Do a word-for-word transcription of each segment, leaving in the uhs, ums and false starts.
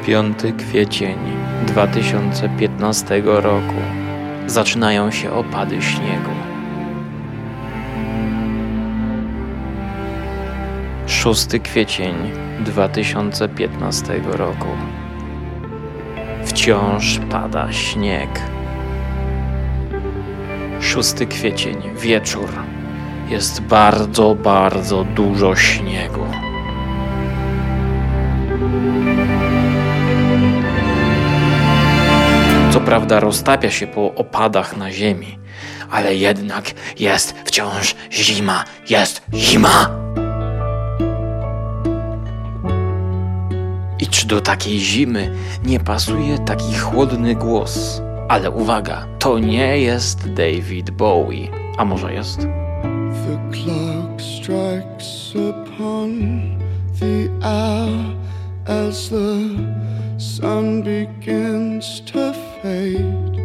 piąty kwiecień dwa tysiące piętnastego roku. Zaczynają się opady śniegu. szósty kwiecień dwa tysiące piętnastego roku. Wciąż pada śnieg. szósty kwiecień, wieczór. Jest bardzo, bardzo dużo śniegu. Co prawda roztapia się po opadach na ziemi, ale jednak jest wciąż zima, jest zima! I czy do takiej zimy nie pasuje taki chłodny głos? Ale uwaga, to nie jest David Bowie. A może jest? The clock strikes upon the hour as the sun begins to fade.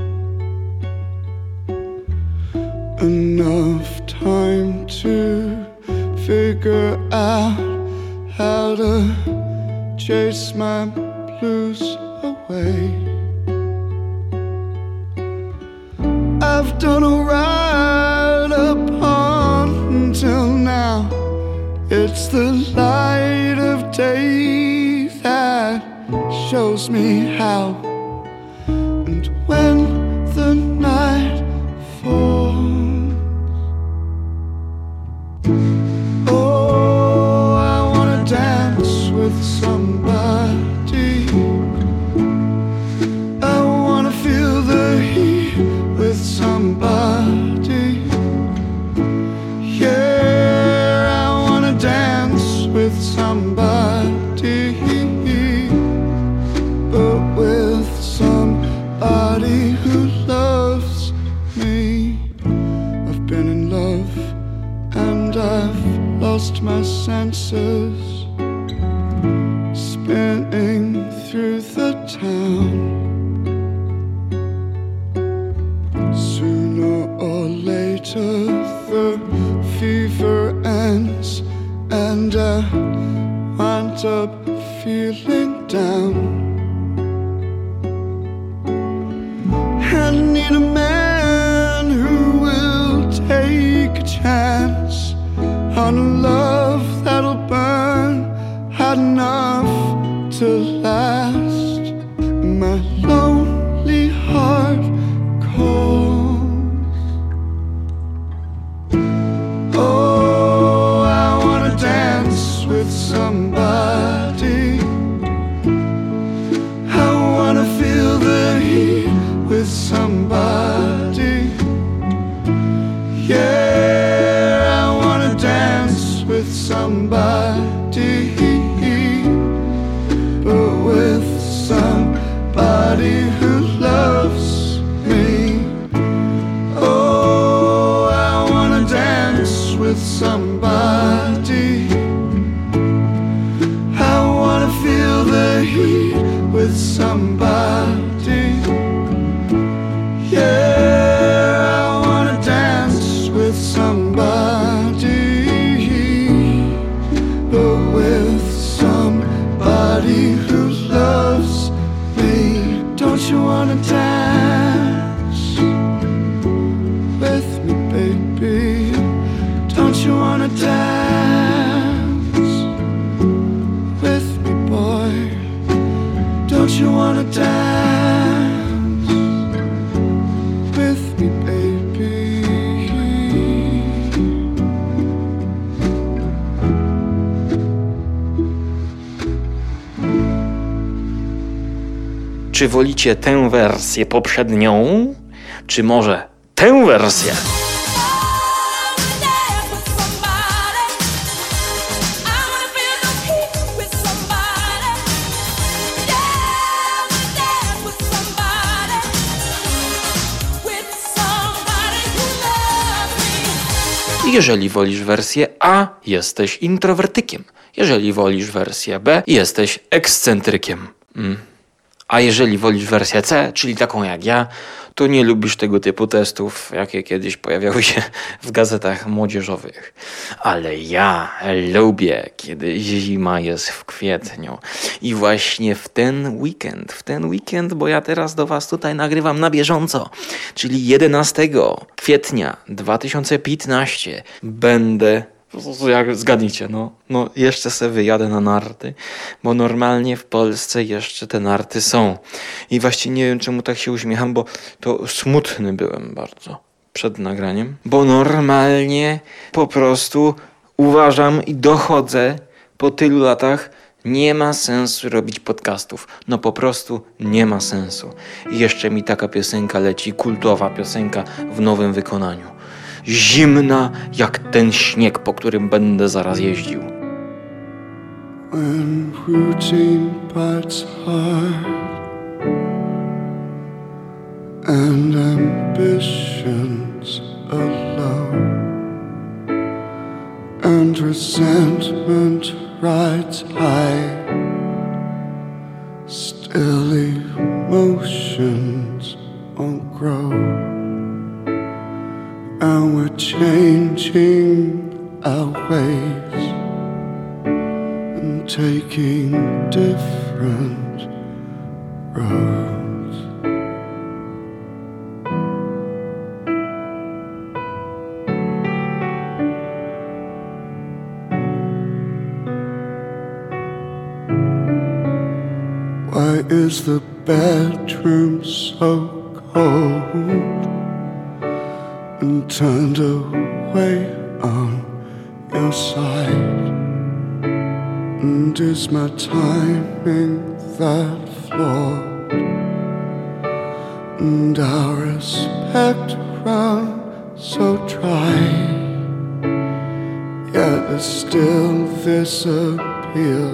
Enough time to figure out how to chase my blues away. I've done alright up until now. It's the light of day that shows me how. And when the night falls, oh, I wanna dance with somebody. I wanna feel the heat with somebody. Yeah, I wanna dance with somebody, but with somebody who loves me. I've been in love and I've lost my senses, spinning through the town. Sooner or later the fever ends and I wind up feeling down. I need a man who will take a chance on a love that'll burn hot enough to last. My lonely heart calls. Oh, I wanna dance with somebody. I wanna feel the heat with somebody. Yeah, I wanna dance with somebody, but with somebody who loves me. Oh, I wanna dance with somebody. I wanna feel the heat with somebody. Yeah, I wanna dance with somebody, but with somebody who loves me. Don't you wanna dance with me, baby? Don't you wanna dance with me, boy? Don't you wanna dance with me, baby? Czy wolicie tę wersję poprzednią, czy może tę wersję? Jeżeli wolisz wersję A, jesteś introwertykiem. Jeżeli wolisz wersję B, jesteś ekscentrykiem. Mm. A jeżeli wolisz wersję C, czyli taką jak ja, to nie lubisz tego typu testów, jakie kiedyś pojawiały się w gazetach młodzieżowych. Ale ja lubię, kiedy zima jest w kwietniu. I właśnie w ten weekend, w ten weekend, bo ja teraz do was tutaj nagrywam na bieżąco, czyli jedenastego kwietnia dwa tysiące piętnastego będę... Jak zgadnijcie, no, no jeszcze se wyjadę na narty, bo normalnie w Polsce jeszcze te narty są. I właściwie nie wiem, czemu tak się uśmiecham, bo to smutny byłem bardzo przed nagraniem, bo normalnie po prostu uważam i dochodzę po tylu latach, nie ma sensu robić podcastów. No po prostu nie ma sensu. I jeszcze mi taka piosenka leci, kultowa piosenka w nowym wykonaniu. Zimna jak ten śnieg, po którym będę zaraz jeździł. When routine bites hard and ambitions are low and resentment rides high, still emotions won't grow. And we're changing our ways and taking different roads. Why is the bedroom so cold and turned away on your side? And is my timing that flawed? And our respect run so dry, yet there's still this appeal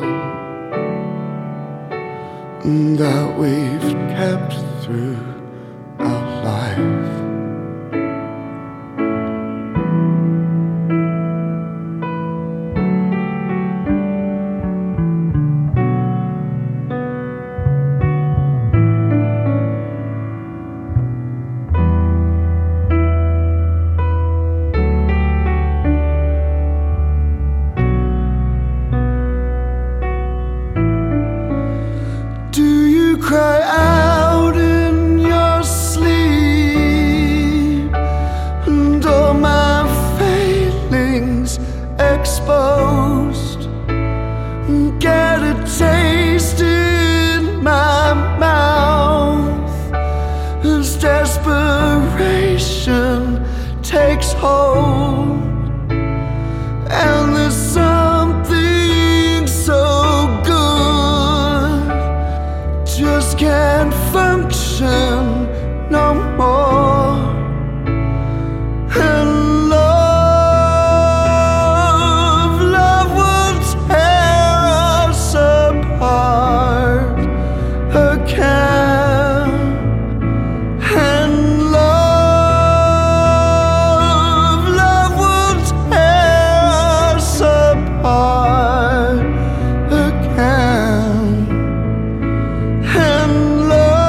that we've kept through our life. Cry out in your sleep, and all my failings exposed. Get a taste in my mouth as desperation takes hold, and there's something so good just can't function no more. And love, love will tear us apart again. And love, love will tear us apart again. And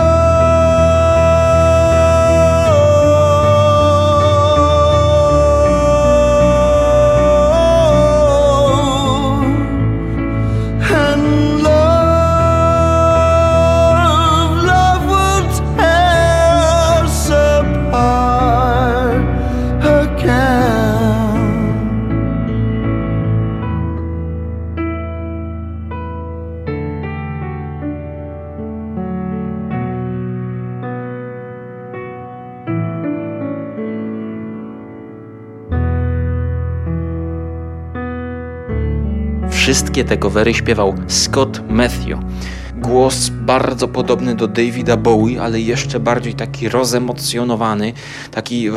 Wszystkie te covery śpiewał Scott Matthew. Głos bardzo podobny do Davida Bowie, ale jeszcze bardziej taki rozemocjonowany, taki...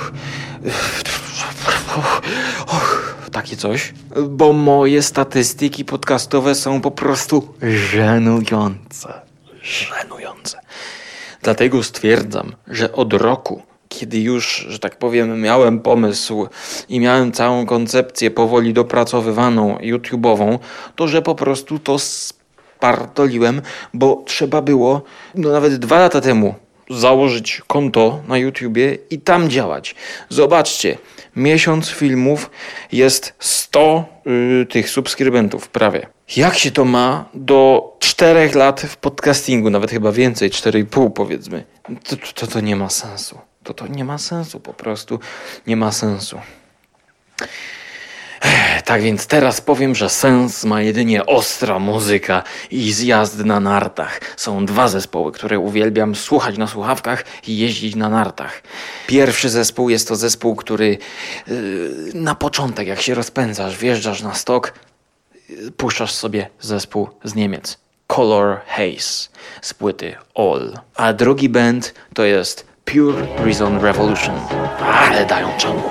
takie coś. Bo moje statystyki podcastowe są po prostu żenujące. Żenujące. Dlatego stwierdzam, że od roku, kiedy już, że tak powiem, miałem pomysł i miałem całą koncepcję powoli dopracowywaną YouTube'ową, to że po prostu to spartoliłem, bo trzeba było no nawet dwa lata temu założyć konto na YouTubie i tam działać. Zobaczcie, miesiąc filmów jest sto yy, tych subskrybentów prawie. Jak się to ma do czterech lat w podcastingu, nawet chyba więcej, cztery i pół powiedzmy. To, to, to nie ma sensu. To, to nie ma sensu, po prostu nie ma sensu. Tak więc teraz powiem, że sens ma jedynie ostra muzyka i zjazd na nartach. Są dwa zespoły, które uwielbiam słuchać na słuchawkach i jeździć na nartach. Pierwszy zespół jest to zespół, który yy, na początek, jak się rozpędzasz, wjeżdżasz na stok, yy, puszczasz sobie zespół z Niemiec. Color Haze z płyty All. A drugi band to jest Pure Reason Revolution. Ale dają czemu.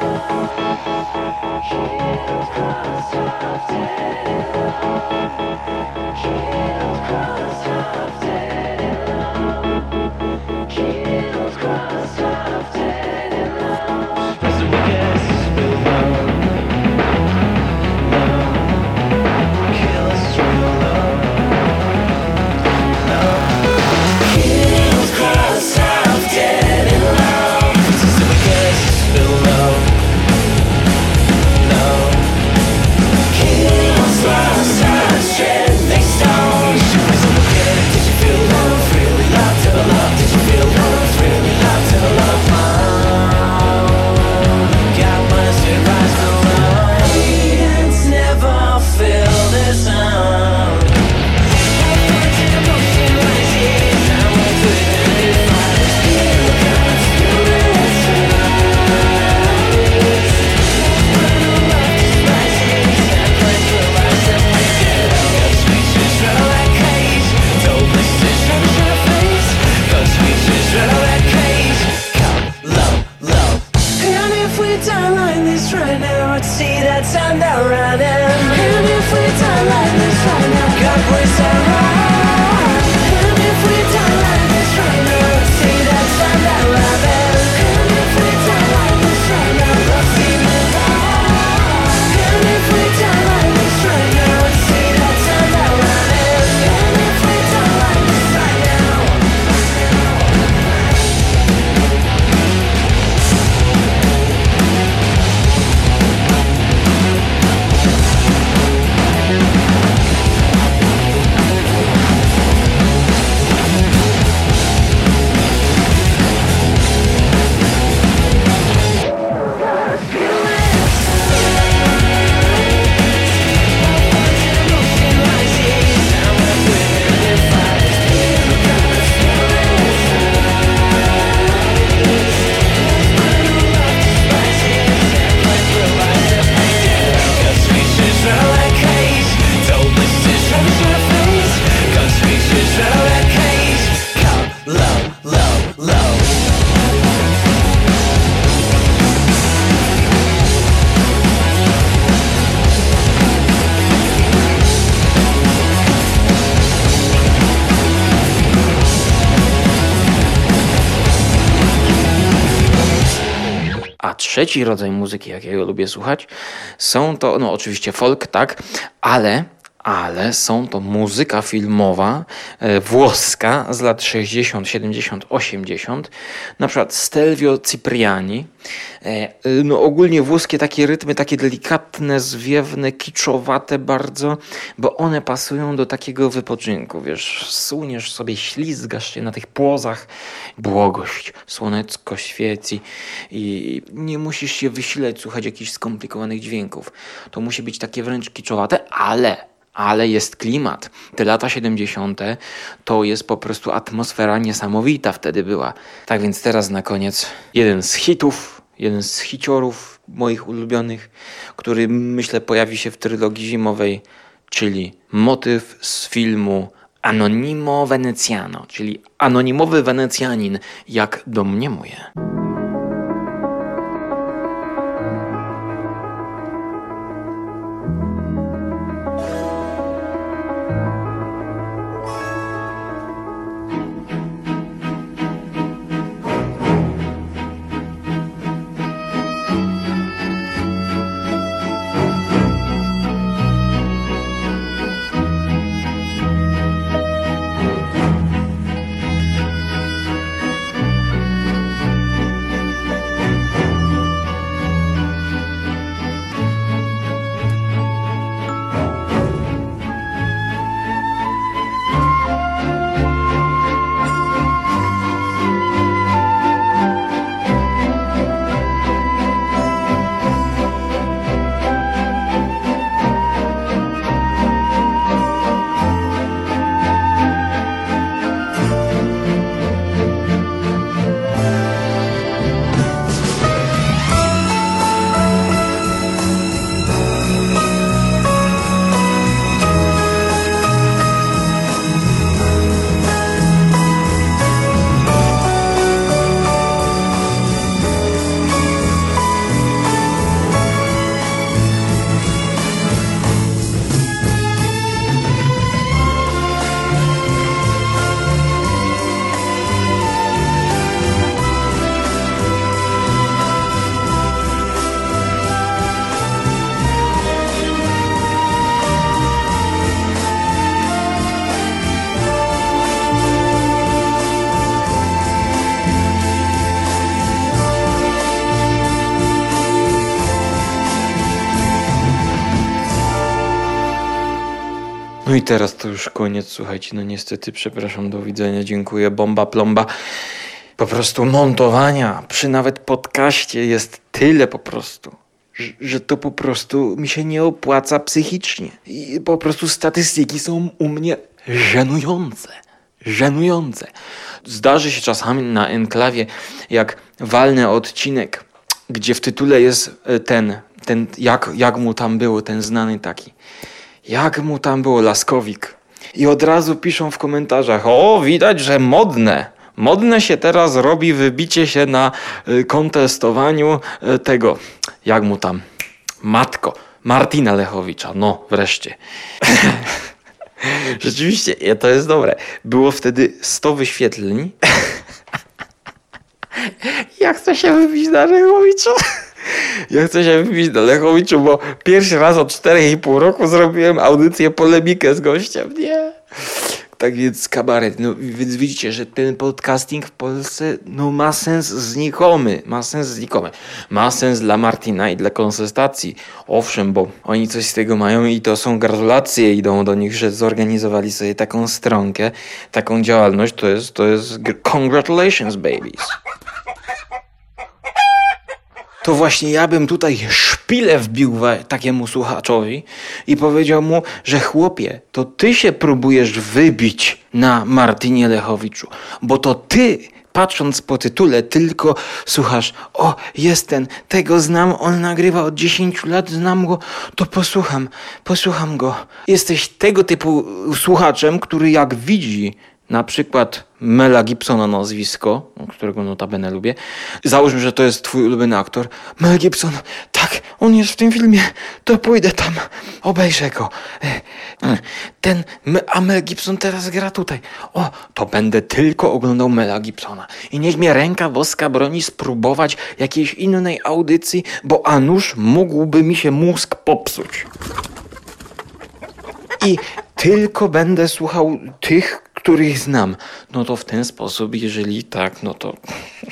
Trzeci rodzaj muzyki, jakiego lubię słuchać, są to, no oczywiście folk, tak, ale, ale są to muzyka filmowa e, włoska z lat sześćdziesiąt, siedemdziesiąt, osiemdziesiąt, na przykład Stelvio Cipriani, e, no ogólnie włoskie takie rytmy, takie delikatne, zwiewne, kiczowate bardzo, bo one pasują do takiego wypoczynku, wiesz, suniesz sobie, ślizgasz się na tych płozach, błogość, słonecko świeci i nie musisz się wysilać, słuchać jakichś skomplikowanych dźwięków. To musi być takie wręcz kiczowate, ale Ale jest klimat. Te lata siedemdziesiąte to jest po prostu atmosfera niesamowita wtedy była. Tak więc teraz na koniec jeden z hitów, jeden z hiciorów moich ulubionych, który myślę pojawi się w trylogii zimowej, czyli motyw z filmu Anonimo Veneziano, czyli anonimowy Wenecjanin, jak domniemuje. No i teraz to już koniec, słuchajcie, no niestety, przepraszam, do widzenia, dziękuję, bomba, plomba. Po prostu montowania przy nawet podcaście jest tyle po prostu, że, że to po prostu mi się nie opłaca psychicznie. I po prostu statystyki są u mnie żenujące. Żenujące. Zdarzy się czasami na enklawie, jak walnę odcinek, gdzie w tytule jest ten, ten jak, jak mu tam było, ten znany taki. Jak mu tam było, Laskowik. I od razu piszą w komentarzach, o, widać, że modne. Modne się teraz robi wybicie się na y, kontestowaniu y, tego, jak mu tam, matko, Martina Lechowicza. No, wreszcie. Rzeczywiście, to jest dobre. Było wtedy sto wyświetleń. Ja chcę się wybić na Lechowiczu. Ja chcę się wybić na Lechowiczu, bo pierwszy raz od czterech i pół roku zrobiłem audycję, polemikę z gościem. Nie. Tak więc kabaret. No więc widzicie, że ten podcasting w Polsce no ma sens znikomy. Ma sens znikomy. Ma sens dla Martina i dla Konsestacji. Owszem, bo oni coś z tego mają i to są gratulacje idą do nich, że zorganizowali sobie taką stronkę, taką działalność. To jest, to jest congratulations, babies. To właśnie ja bym tutaj szpilę wbił takiemu słuchaczowi i powiedział mu, że chłopie, to ty się próbujesz wybić na Martinie Lechowiczu, bo to ty, patrząc po tytule, tylko słuchasz, o, jest ten, tego znam, on nagrywa od dziesięciu lat, znam go, to posłucham, posłucham go. Jesteś tego typu słuchaczem, który jak widzi na przykład Mela Gibsona nazwisko, którego notabene lubię. Załóżmy, że to jest twój ulubiony aktor. Mel Gibson, tak, on jest w tym filmie, to pójdę tam, obejrzę go. Ten, a Mel Gibson teraz gra tutaj. O, to będę tylko oglądał Mela Gibsona. I niech mnie ręka boska broni spróbować jakiejś innej audycji, bo a nuż mógłby mi się mózg popsuć. I tylko będę słuchał tych, których znam. No to w ten sposób, jeżeli tak, no to...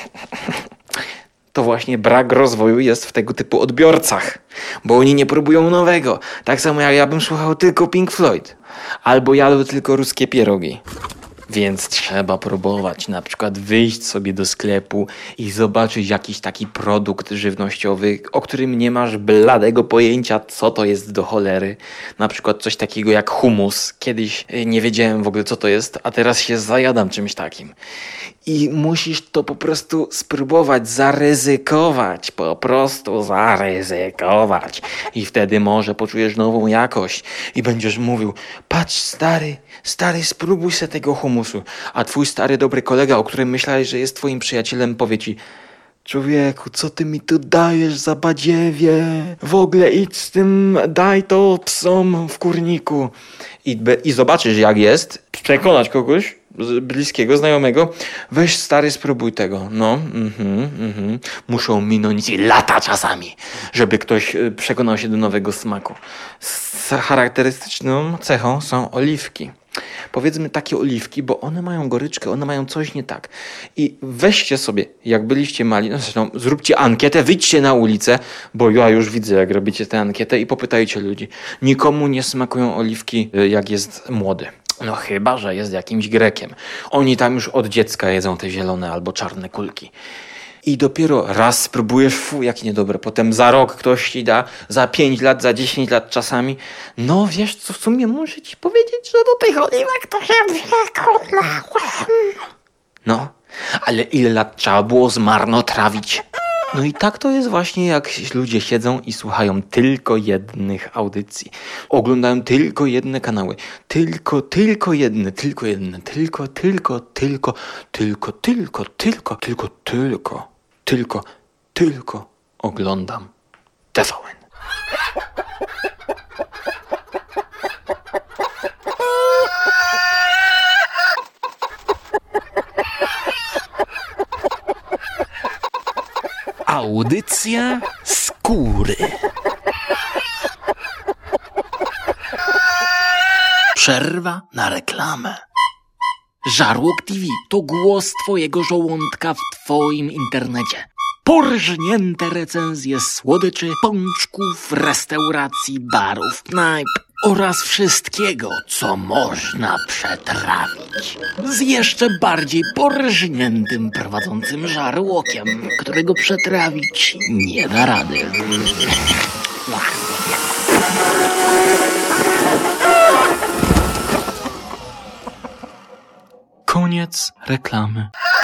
to właśnie brak rozwoju jest w tego typu odbiorcach. Bo oni nie próbują nowego. Tak samo jak ja bym słuchał tylko Pink Floyd. Albo jadł tylko ruskie pierogi. Więc trzeba próbować na przykład wyjść sobie do sklepu i zobaczyć jakiś taki produkt żywnościowy, o którym nie masz bladego pojęcia, co to jest do cholery. Na przykład coś takiego jak hummus. Kiedyś nie wiedziałem w ogóle, co to jest, a teraz się zajadam czymś takim. I musisz to po prostu spróbować, zaryzykować, po prostu zaryzykować. I wtedy może poczujesz nową jakość i będziesz mówił, patrz stary, stary, spróbuj se tego humusu. A twój stary dobry kolega, o którym myślałeś, że jest twoim przyjacielem, powie ci, człowieku, co ty mi tu dajesz za badziewie? W ogóle idź z tym, daj to psom w kurniku. I, be, i zobaczysz jak jest, przekonać kogoś bliskiego, znajomego, weź stary, spróbuj tego. No, mhm, mhm. Muszą minąć lata czasami, żeby ktoś przekonał się do nowego smaku. Z charakterystyczną cechą są oliwki. Powiedzmy takie oliwki, bo one mają goryczkę, one mają coś nie tak. I weźcie sobie, jak byliście mali, no zresztą zróbcie ankietę, wyjdźcie na ulicę, bo ja już widzę, jak robicie tę ankietę i popytajcie ludzi. Nikomu nie smakują oliwki, jak jest młody. No chyba, że jest jakimś Grekiem. Oni tam już od dziecka jedzą te zielone albo czarne kulki. I dopiero raz spróbujesz, fu, jak niedobre. Potem za rok ktoś ci da, za pięć lat, za dziesięć lat czasami. No wiesz co, w sumie muszę ci powiedzieć, że do tych oliwek to się przekonałem. No, ale ile lat trzeba było zmarnotrawić? No i tak to jest właśnie, jak ludzie siedzą i słuchają tylko jednych audycji. Oglądają tylko jedne kanały. Tylko, tylko jedne, tylko jedne, tylko, tylko, tylko, tylko, tylko, tylko, tylko, tylko, tylko, tylko oglądam T V N. Audycja skóry. Przerwa na reklamę. Żarłok T V to głos twojego żołądka w twoim internecie. Porżnięte recenzje słodyczy, pączków, restauracji, barów, knajp. oraz wszystkiego, co można przetrawić. Z jeszcze bardziej porżniętym prowadzącym żarłokiem, którego przetrawić nie da rady. Koniec reklamy.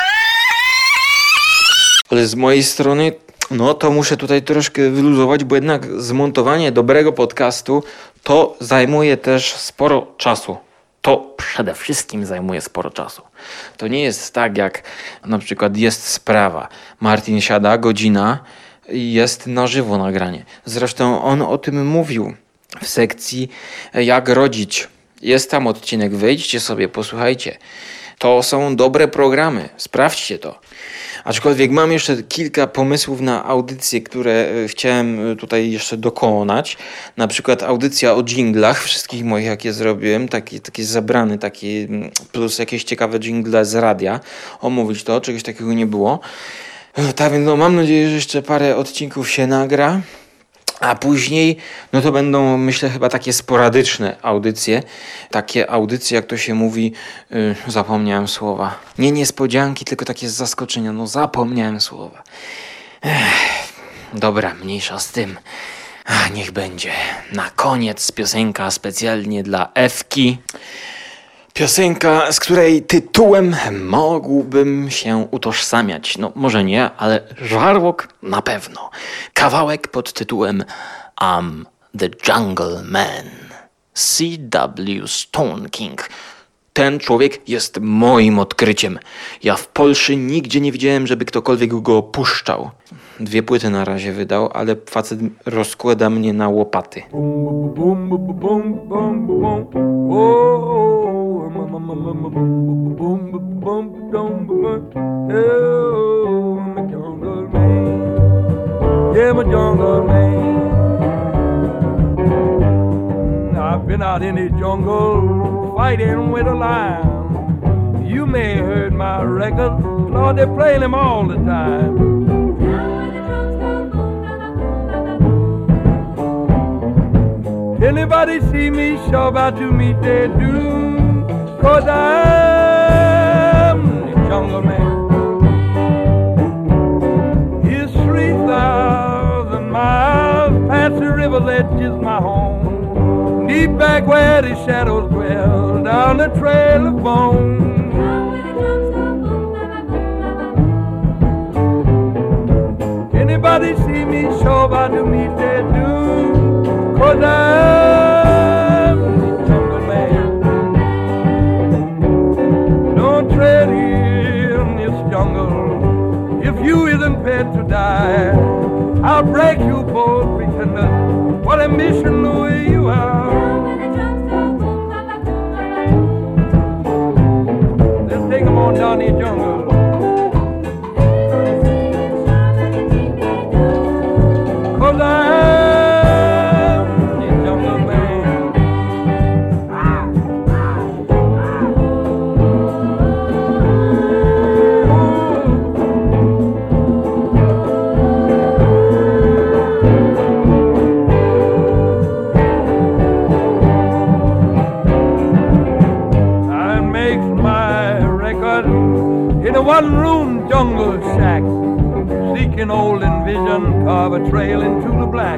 Ale z mojej strony, no to muszę tutaj troszkę wyluzować, bo jednak zmontowanie dobrego podcastu to zajmuje też sporo czasu. To przede wszystkim zajmuje sporo czasu. To nie jest tak, jak na przykład jest sprawa. Martin siada, godzina i jest na żywo nagranie. Zresztą on o tym mówił w sekcji Jak rodzić. Jest tam odcinek, wejdźcie sobie, posłuchajcie. To są dobre programy, sprawdźcie to. Aczkolwiek mam jeszcze kilka pomysłów na audycje, które chciałem tutaj jeszcze dokonać. Na przykład audycja o dżinglach, wszystkich moich jakie zrobiłem, takie, takie zabrane, takie, plus jakieś ciekawe dżingle z radia. Omówić to, czegoś takiego nie było. Tak więc no, mam nadzieję, że jeszcze parę odcinków się nagra. A później, no to będą, myślę, chyba takie sporadyczne audycje. Takie audycje, jak to się mówi, yy, zapomniałem słowa. Nie niespodzianki, tylko takie zaskoczenia. No zapomniałem słowa. Ech, dobra, mniejsza z tym. Ach, niech będzie. Na koniec piosenka specjalnie dla Ewki. Piosenka, z której tytułem mógłbym się utożsamiać. No może nie, ale żarłok na pewno. Kawałek pod tytułem I'm the Jungle Man. C W Stone King. Ten człowiek jest moim odkryciem. Ja w Polsce nigdzie nie widziałem, żeby ktokolwiek go puszczał. Dwie płyty na razie wydał, ale facet rozkłada mnie na łopaty. I've been out in the jungle fighting with a lion. You may have heard my records, Lord, they play them all the time. Anybody see me, sure about to meet their doom, 'cause I'm the jungle man. It's three thousand miles past the river's edge is my home. Deep back where the shadows dwell, down the trail of bone. Anybody see me, sure about to meet their doom, 'cause I'm the jungle man. Don't tread in this jungle if you isn't prepared to die. I'll break you both, pretenders. What a mission Louis you are. Let's take them on down the jungle. Cause I'm the jungle man. I make my record in a one-room jungle shack. Seeking olden vision, carve a trail into the black.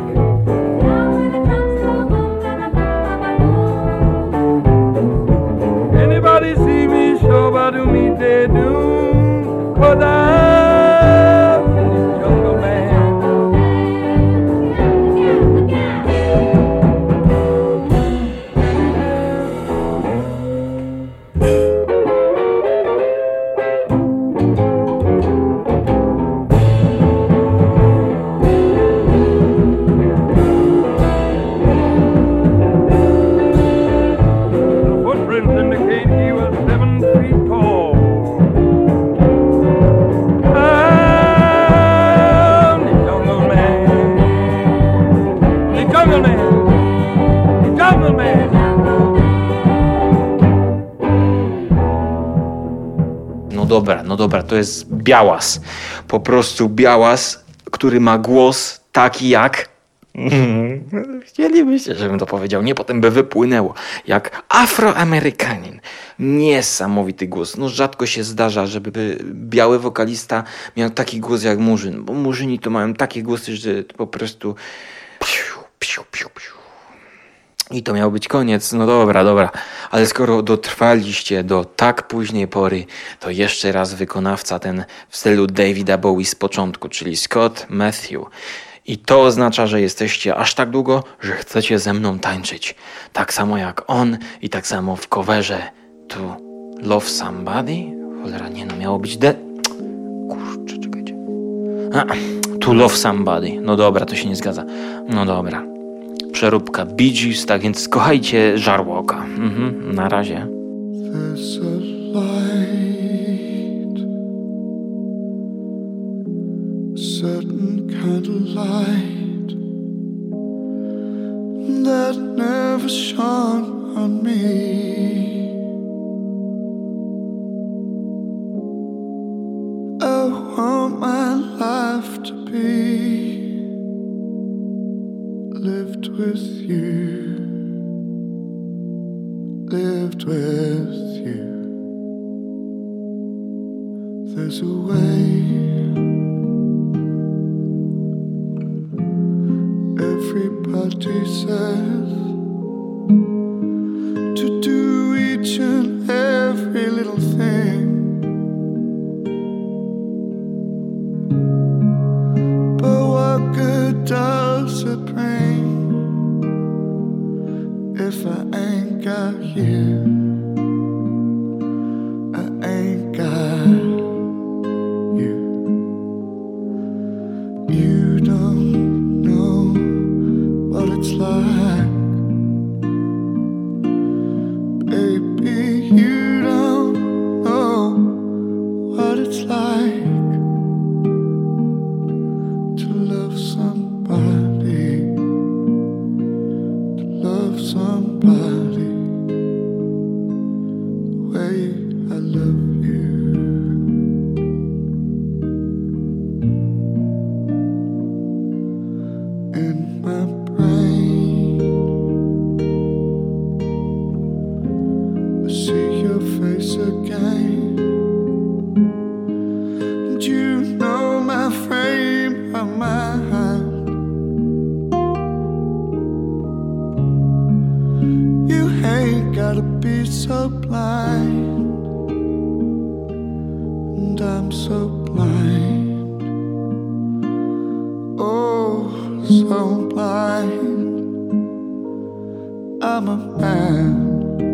Anybody see me, sure about to meet their doom, 'cause I'm the jungle man. No dobra, no dobra, to jest Białas. Po prostu Białas, który ma głos taki jak Chcielibyście, żebym to powiedział. Nie, potem by wypłynęło. Jak Afroamerykanin. Niesamowity głos. No rzadko się zdarza, żeby biały wokalista miał taki głos jak Murzyn. Bo Murzyni to mają takie głosy, że po prostu... Piu, piu, piu, piu. I to miał być koniec. No dobra, dobra. Ale skoro dotrwaliście do tak późnej pory, to jeszcze raz wykonawca ten w stylu Davida Bowie z początku, czyli Scott Matthew. I to oznacza, że jesteście aż tak długo, że chcecie ze mną tańczyć. Tak samo jak on i tak samo w coverze To Love Somebody. Cholera, nie no, miało być de... Kurczę, czekajcie. A, To Love Somebody. No dobra, to się nie zgadza. No dobra. Przeróbka Bee Gees, tak więc kochajcie Żarłoka. Mhm, na razie. There's a light, a certain kind of light that never shone on me. I want my life to be lived with you, lived with you. There's a way everybody says to do each and every little thing, but what good does it bring if I ain't got you? I ain't got you. You don't know what it's like, baby. You don't know what it's like to love somebody, to love somebody the way I love you. In my brain, I see your face again, and you know my frame of mind. You ain't gotta be so blind, and I'm so blind. Oh, so blind. I'm a man.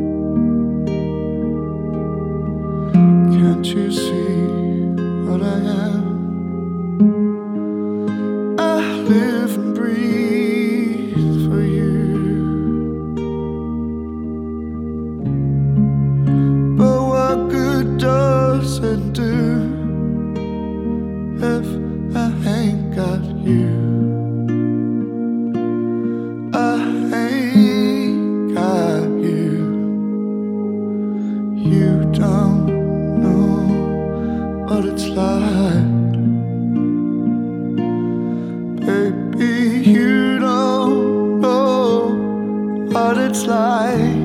Can't you see what I am? I live and breathe for you. But what good does it do if I ain't got you? I ain't got you. You don't know what it's like, baby. You don't know what it's like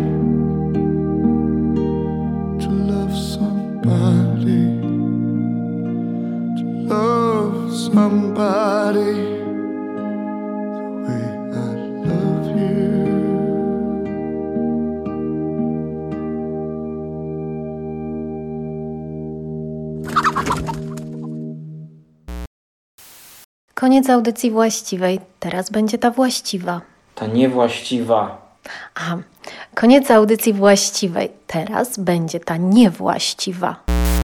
to love somebody, to love somebody the way I love you. Koniec audycji właściwej. Teraz będzie ta właściwa. Ta niewłaściwa. Aha, koniec audycji właściwej. Teraz będzie ta niewłaściwa.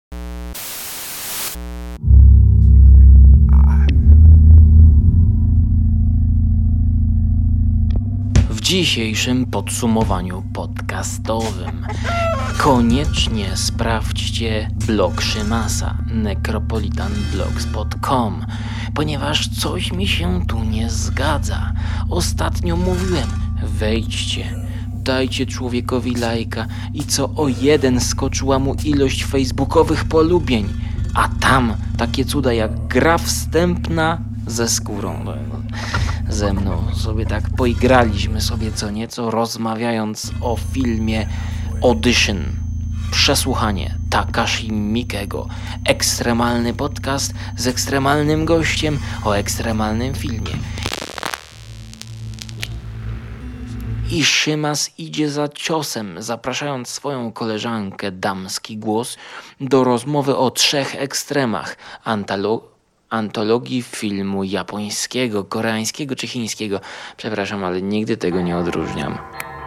W dzisiejszym podsumowaniu podcastowym koniecznie sprawdźcie blog Szymasa necropolitan blogspot kropka com, ponieważ coś mi się tu nie zgadza. Ostatnio mówiłem, wejdźcie, dajcie człowiekowi lajka i co o jeden skoczyła mu ilość facebookowych polubień, a tam takie cuda jak gra wstępna ze skórą. ze mną. Sobie tak poigraliśmy sobie co nieco, rozmawiając o filmie Audition. Przesłuchanie Takashi Miikego. Ekstremalny podcast z ekstremalnym gościem o ekstremalnym filmie. I Szymas idzie za ciosem, zapraszając swoją koleżankę Damski Głos do rozmowy o trzech ekstremach antolo- antologii filmu japońskiego, koreańskiego czy chińskiego. Przepraszam, ale nigdy tego nie odróżniam.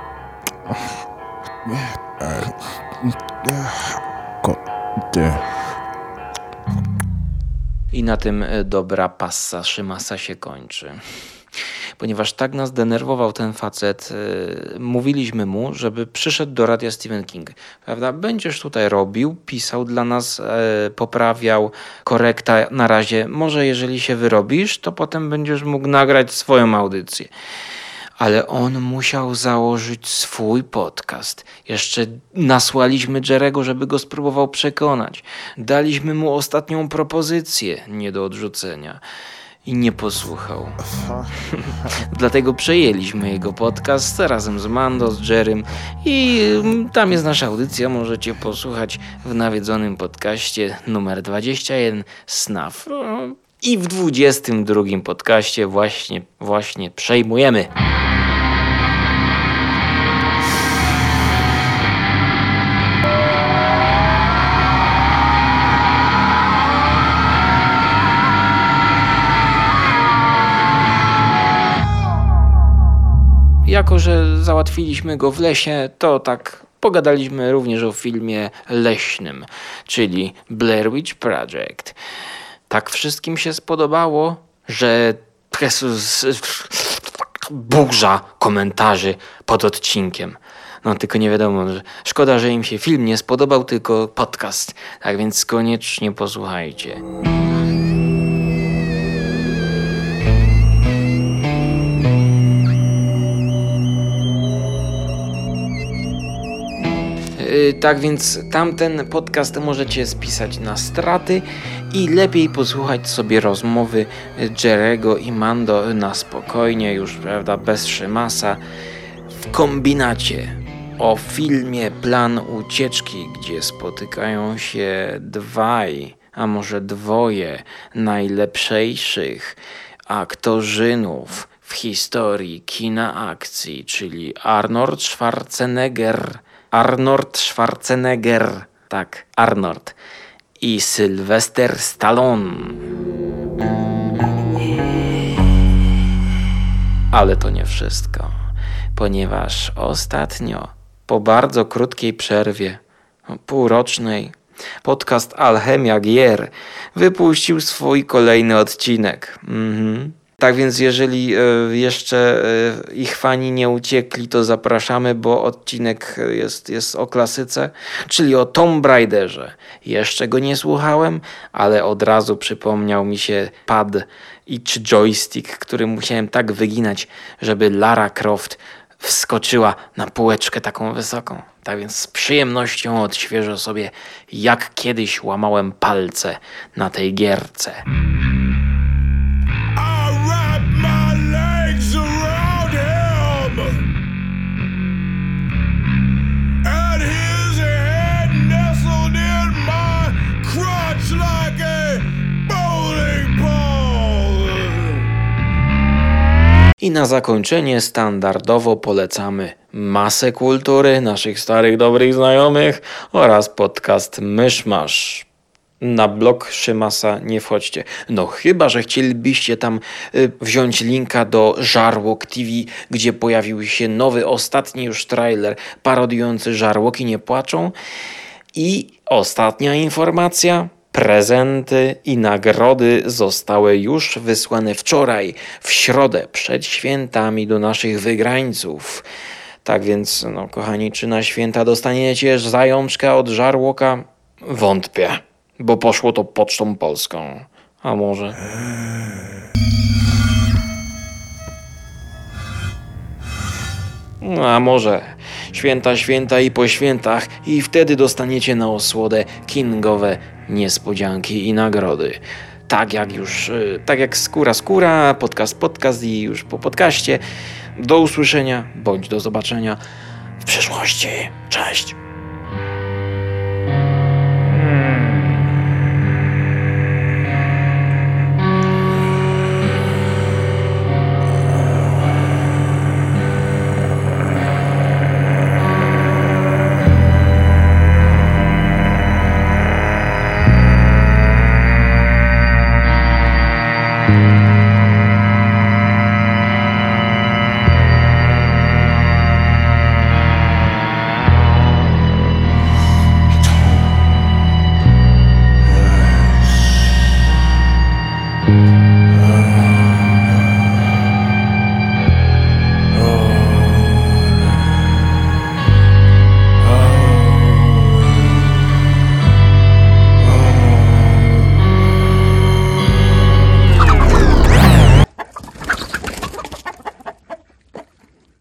I na tym dobra passa Szymasa się kończy. Ponieważ tak nas denerwował ten facet, yy, mówiliśmy mu, żeby przyszedł do radia Stephen King. Prawda? Będziesz tutaj robił, pisał dla nas, yy, poprawiał, korekta na razie. Może jeżeli się wyrobisz, to potem będziesz mógł nagrać swoją audycję. Ale on musiał założyć swój podcast. Jeszcze nasłaliśmy Jerego, żeby go spróbował przekonać. Daliśmy mu ostatnią propozycję, nie do odrzucenia. I nie posłuchał. Dlatego przejęliśmy jego podcast razem z Mando, z Jerrym i tam jest nasza audycja. Możecie posłuchać w nawiedzonym podcaście numer dwadzieścia jeden Snuff. I w dwudziestym drugim podcaście właśnie, właśnie przejmujemy. Jako że załatwiliśmy go w lesie, to tak pogadaliśmy również o filmie leśnym, czyli Blair Witch Project. Tak wszystkim się spodobało, że burza komentarzy pod odcinkiem. No tylko nie wiadomo, że szkoda, że im się film nie spodobał, tylko podcast. Tak więc koniecznie posłuchajcie. Tak więc tamten podcast możecie spisać na straty i lepiej posłuchać sobie rozmowy Jerego i Mando na spokojnie, już prawda, bez Szymasa, w kombinacie o filmie Plan Ucieczki, gdzie spotykają się dwaj, a może dwoje najlepszejszych aktorzynów w historii kina akcji, czyli Arnold Schwarzenegger, Arnold Schwarzenegger, tak, Arnold i Sylvester Stallone. Ale to nie wszystko, ponieważ ostatnio, po bardzo krótkiej przerwie, półrocznej, podcast Alchemia Gier wypuścił swój kolejny odcinek. Mhm. Tak więc jeżeli jeszcze ich fani nie uciekli, to zapraszamy, bo odcinek jest, jest o klasyce, czyli o Tomb Raiderze. Jeszcze go nie słuchałem, ale od razu przypomniał mi się pad i czy joystick, który musiałem tak wyginać, żeby Lara Croft wskoczyła na półeczkę taką wysoką. Tak więc z przyjemnością odświeżę sobie, jak kiedyś łamałem palce na tej gierce. I na zakończenie standardowo polecamy Masę Kultury naszych starych, dobrych znajomych oraz podcast Myszmasz. Na blog Szymasa nie wchodźcie. No chyba, że chcielibyście tam y, wziąć linka do Żarłok T V, gdzie pojawił się nowy, ostatni już trailer parodiujący Żarłoki nie płaczą. I ostatnia informacja. Prezenty i nagrody zostały już wysłane wczoraj, w środę, przed świętami do naszych wygrańców. Tak więc, no kochani, czy na święta dostaniecie zajączka od Żarłoka? Wątpię, bo poszło to pocztą polską. A może... No, a może święta, święta i po świętach i wtedy dostaniecie na osłodę kingowe niespodzianki i nagrody. tak jak już, tak jak skóra skóra, podcast podcast i już po podcaście. Do usłyszenia bądź do zobaczenia w przyszłości. Cześć!